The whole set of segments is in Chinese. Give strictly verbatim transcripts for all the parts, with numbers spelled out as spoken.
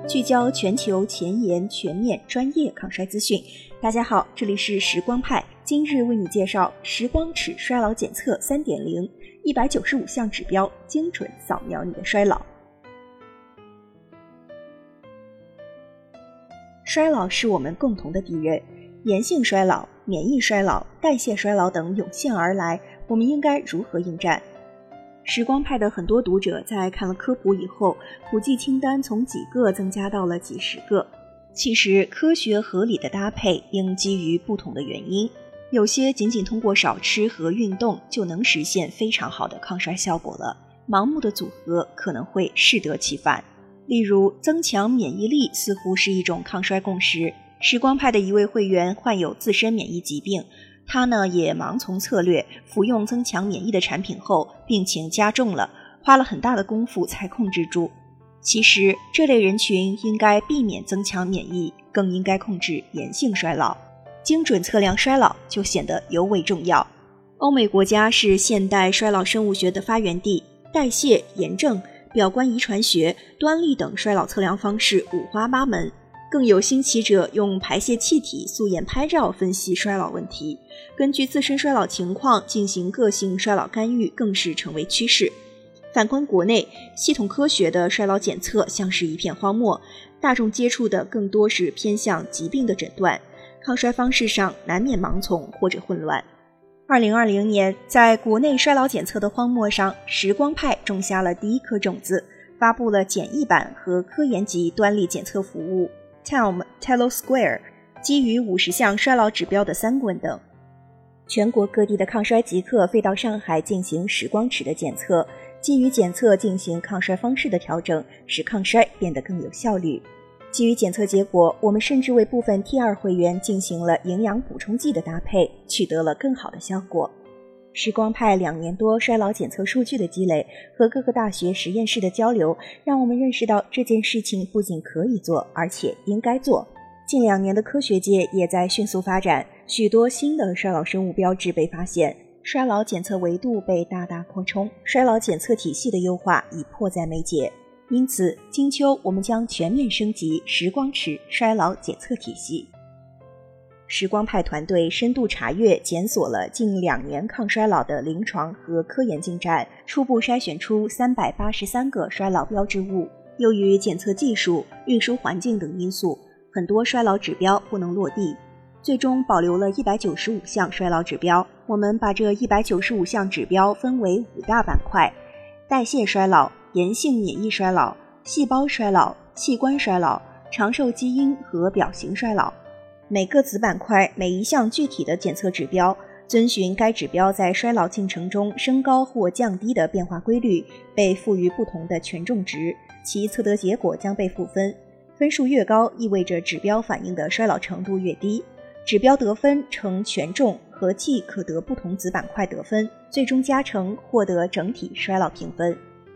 聚焦全球前沿、全面、专业抗衰资讯。大家好，这里是时光派，今日为你介绍时光尺衰老检测 三点零， 一百九十五项指标精准扫描你的衰老。衰老是我们共同的敌人，炎性衰老、免疫衰老、代谢衰老等涌现而来，我们应该如何应战？时光派的很多读者在看了科普以后，补剂清单从几个增加到了几十个。其实科学合理的搭配应基于不同的原因，有些仅仅通过少吃和运动就能实现非常好的抗衰效果了，盲目的组合可能会适得其反。例如增强免疫力似乎是一种抗衰共识，时光派的一位会员患有自身免疫疾病，他呢也盲从策略，服用增强免疫的产品后，病情加重了，花了很大的功夫才控制住。其实这类人群应该避免增强免疫，更应该控制炎性衰老，精准测量衰老就显得尤为重要。欧美国家是现代衰老生物学的发源地，代谢、炎症、表观遗传学、端粒等衰老测量方式五花八门，更有兴起者用排泄气体、素颜拍照分析衰老问题，根据自身衰老情况进行个性衰老干预更是成为趋势。反观国内，系统科学的衰老检测像是一片荒漠，大众接触的更多是偏向疾病的诊断，抗衰方式上难免盲从或者混乱。二零二零年，在国内衰老检测的荒漠上，时光派种下了第一颗种子，发布了简易版和科研级端粒检测服务 T E L M、Telosquare， 基于五十项衰老指标的三棍等。全国各地的抗衰极客飞到上海进行时光尺的检测，基于检测进行抗衰方式的调整，使抗衰变得更有效率。基于检测结果，我们甚至为部分 T 二 会员进行了营养补充剂的搭配，取得了更好的效果。时光派两年多衰老检测数据的积累和各个大学实验室的交流，让我们认识到这件事情不仅可以做，而且应该做。近两年的科学界也在迅速发展，许多新的衰老生物标志被发现，衰老检测维度被大大扩充，衰老检测体系的优化已迫在眉睫。因此金秋我们将全面升级时光尺衰老检测体系。时光派团队深度查阅检索了近两年抗衰老的临床和科研进展，初步筛选出三百八十三个衰老标志物。由于检测技术、运输环境等因素，很多衰老指标不能落地，最终保留了一百九十五项衰老指标。我们把这一百九十五项指标分为五大板块：代谢衰老、炎性免疫衰老、细胞衰老、器官衰老、长寿基因和表型衰老。每个子板块每一项具体的检测指标，遵循该指标在衰老进程中升高或降低的变化规律，被赋予不同的权重值，其测得结果将被赋分，分数越高意味着指标反映的衰老程度越低。指标得分乘权重，合计可得不同子板块得分，最终加成获得整体衰老评分。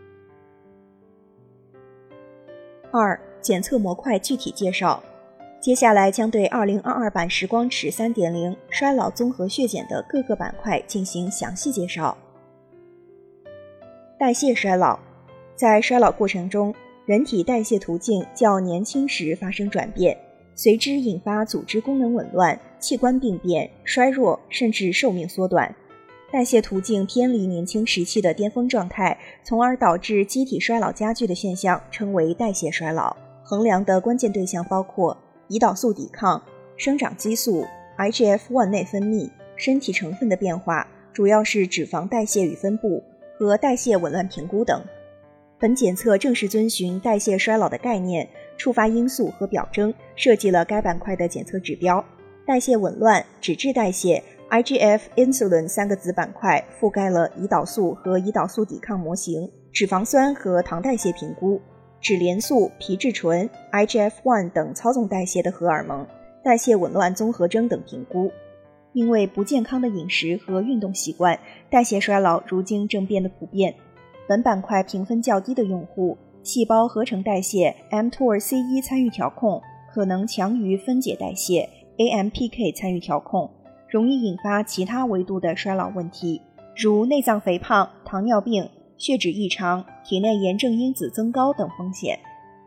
二、检测模块具体介绍。接下来将对二零二二版时光尺 三点零 衰老综合血检的各个板块进行详细介绍。代谢衰老，在衰老过程中，人体代谢途径较年轻时发生转变，随之引发组织功能紊乱、器官病变、衰弱，甚至寿命缩短。代谢途径偏离年轻时期的巅峰状态，从而导致机体衰老加剧的现象，称为代谢衰老。衡量的关键对象包括胰岛素抵抗、生长激素、I G F 一 内分泌、身体成分的变化，主要是脂肪代谢与分布和代谢紊乱评估等。本检测正是遵循代谢衰老的概念、触发因素和表征，设计了该板块的检测指标。代谢紊乱、脂质代谢、I G F Insulin 三个子板块覆盖了胰岛素和胰岛素抵抗模型、脂肪酸和糖代谢评估、脂联素、皮质醇、I G F 一 等操纵代谢的荷尔蒙、代谢紊乱综合征等评估。因为不健康的饮食和运动习惯，代谢衰老如今正变得普遍。本板块评分较低的用户，细胞合成代谢 M 二 C 一 参与调控可能强于分解代谢 A M P K 参与调控，容易引发其他维度的衰老问题，如内脏肥胖、糖尿病、血脂异常、体内炎症因子增高等风险。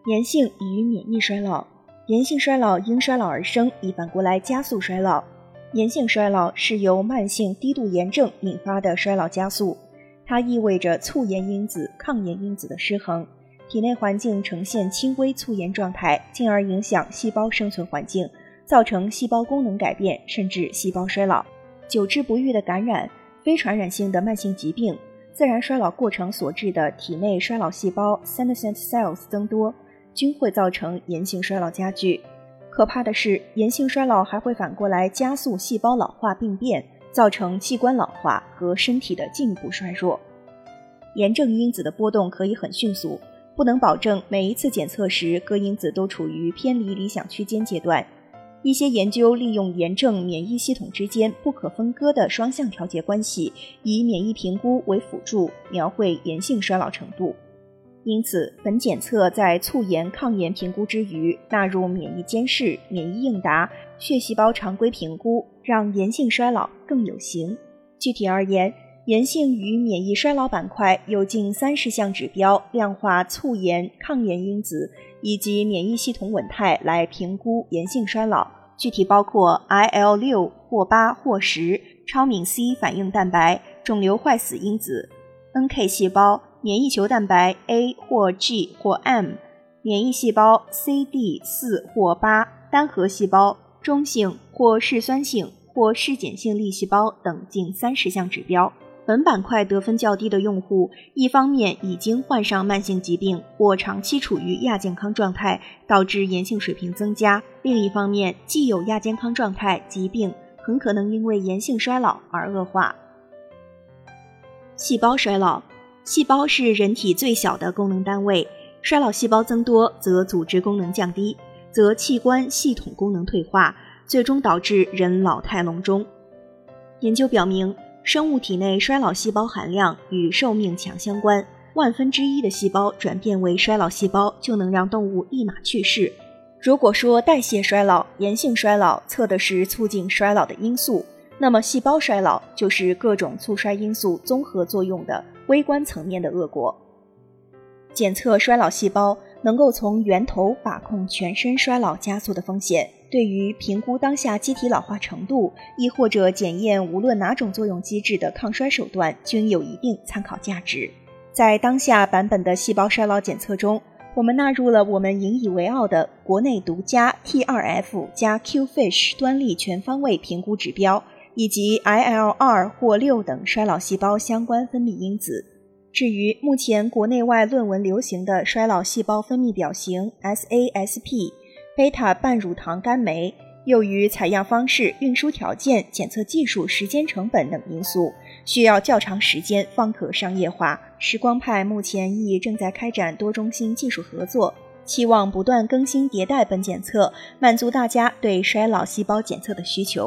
炎性与免疫衰老。炎性衰老因衰老而生，亦反过来加速衰老。炎性衰老是由慢性低度炎症引发的衰老加速，它意味着促炎因子、抗炎因子的失衡，体内环境呈现轻微促炎状态，进而影响细胞生存环境，造成细胞功能改变，甚至细胞衰老。久治不愈的感染、非传染性的慢性疾病、自然衰老过程所致的体内衰老细胞 senescent cells 增多，均会造成炎性衰老加剧。可怕的是，炎性衰老还会反过来加速细胞老化病变，造成器官老化和身体的进一步衰弱。炎症因子的波动可以很迅速，不能保证每一次检测时各因子都处于偏离理想区间阶段。一些研究利用炎症免疫系统之间不可分割的双向调节关系，以免疫评估为辅助，描绘炎性衰老程度。因此，本检测在促炎抗炎评估之余，纳入免疫监视、免疫应答、血细胞常规评估，让炎性衰老更有形。具体而言，炎性与免疫衰老板块有近三十项指标，量化促炎、抗炎因子以及免疫系统稳态来评估炎性衰老，具体包括 I L 六 或八或十、超敏 C 反应蛋白、肿瘤坏死因子、N K 细胞、免疫球蛋白 A 或 G 或 M、免疫细胞 C D 四 或八、单核细胞、中性或嗜酸性或嗜碱性粒细胞等近三十项指标。本板块得分较低的用户，一方面已经患上慢性疾病或长期处于亚健康状态，导致炎性水平增加；另一方面，既有亚健康状态，疾病很可能因为炎性衰老而恶化。细胞衰老，细胞是人体最小的功能单位，衰老细胞增多，则组织功能降低，则器官系统功能退化，最终导致人老态龙钟。研究表明，生物体内衰老细胞含量与寿命强相关，万分之一的细胞转变为衰老细胞，就能让动物立马去世。如果说代谢衰老、炎性衰老测的是促进衰老的因素，那么细胞衰老就是各种促衰因素综合作用的微观层面的恶果。检测衰老细胞能够从源头把控全身衰老加速的风险，对于评估当下机体老化程度，亦或者检验无论哪种作用机制的抗衰手段，均有一定参考价值。在当下版本的细胞衰老检测中，我们纳入了我们引以为傲的国内独家 T 二 F 加 Q-FISH 端粒全方位评估指标，以及 I L 二 或六等衰老细胞相关分泌因子。至于目前国内外论文流行的衰老细胞分泌表型 S A S P、贝塔半乳糖苷酶，由于采样方式、运输条件、检测技术、时间成本等因素，需要较长时间方可商业化。时光派目前亦正在开展多中心技术合作，期望不断更新迭代本检测，满足大家对衰老细胞检测的需求。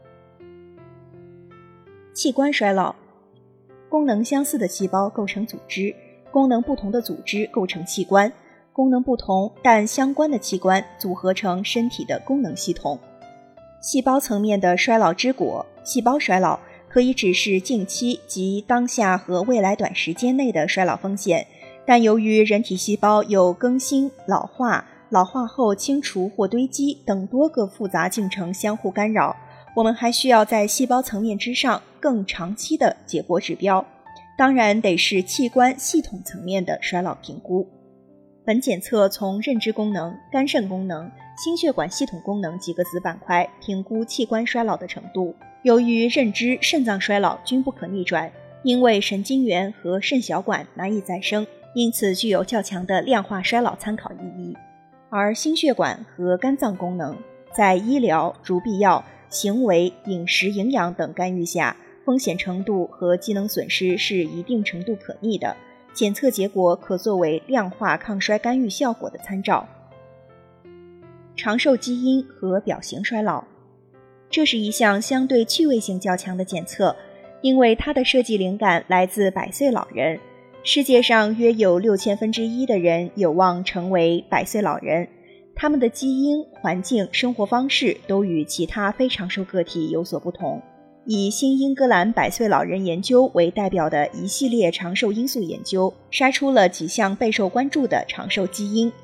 器官衰老，功能相似的细胞构成组织，功能不同的组织构成器官，功能不同但相关的器官组合成身体的功能系统。细胞层面的衰老之果，细胞衰老可以指示近期及当下和未来短时间内的衰老风险，但由于人体细胞有更新、老化、老化后清除或堆积等多个复杂进程相互干扰，我们还需要在细胞层面之上更长期的结果指标，当然得是器官系统层面的衰老评估。本检测从认知功能、肝肾功能、心血管系统功能几个子板块评估器官衰老的程度。由于认知、肾脏衰老均不可逆转，因为神经元和肾小管难以再生，因此具有较强的量化衰老参考意义。而心血管和肝脏功能在医疗、如必要、行为、饮食、营养等干预下，风险程度和机能损失是一定程度可逆的，检测结果可作为量化抗衰干预效果的参照。长寿基因和表型衰老，这是一项相对趣味性较强的检测，因为它的设计灵感来自百岁老人。世界上约有六千分之一的人有望成为百岁老人，他们的基因、环境、生活方式都与其他非长寿个体有所不同。以新英格兰百岁老人研究为代表的一系列长寿因素研究，筛出了几项备受关注的长寿基因。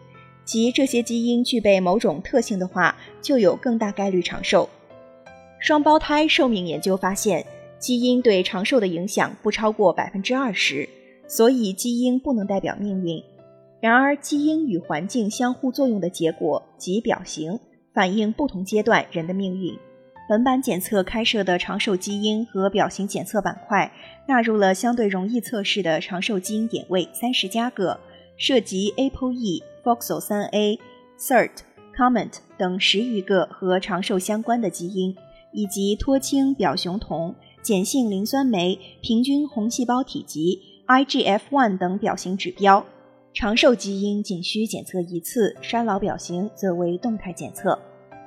即这些基因具备某种特性的话，就有更大概率长寿。双胞胎寿命研究发现，基因对长寿的影响不超过 百分之二十， 所以基因不能代表命运。然而，基因与环境相互作用的结果即表型，反映不同阶段人的命运。本版检测开设的长寿基因和表型检测板块纳入了相对容易测试的长寿基因点位三十加个，涉及 A P O E、F O X O 三 A、C E R T、C O M M E N T 等十余个和长寿相关的基因，以及脱氢表雄酮、碱性磷酸酶、平均红细胞体积、I G F 一 等表型指标。长寿基因仅需检测一次，衰老表型则为动态检测。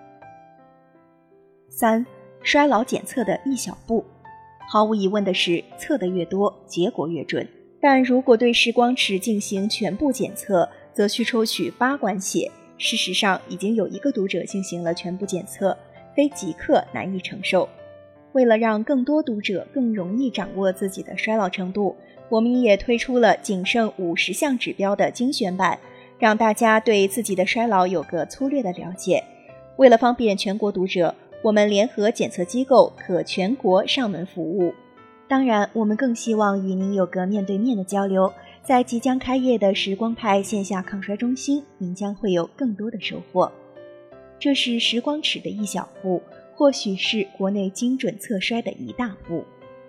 三、衰老检测的一小步。毫无疑问的是，测得越多，结果越准。但如果对时光池进行全部检测，则需抽取八管血。事实上，已经有一个读者进行了全部检测，非即刻难以承受。为了让更多读者更容易掌握自己的衰老程度，我们也推出了仅剩五十项指标的精选版，让大家对自己的衰老有个粗略的了解。为了方便全国读者，我们联合检测机构可全国上门服务。当然，我们更希望与您有个面对面的交流。在即将开业的时光派线下抗衰中心，您将会有更多的收获。这是时光尺的一小步，或许是国内精准测衰的一大步。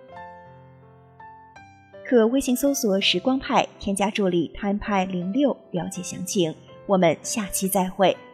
可微信搜索时光派，添加助理 time 派零六了解详情。我们下期再会。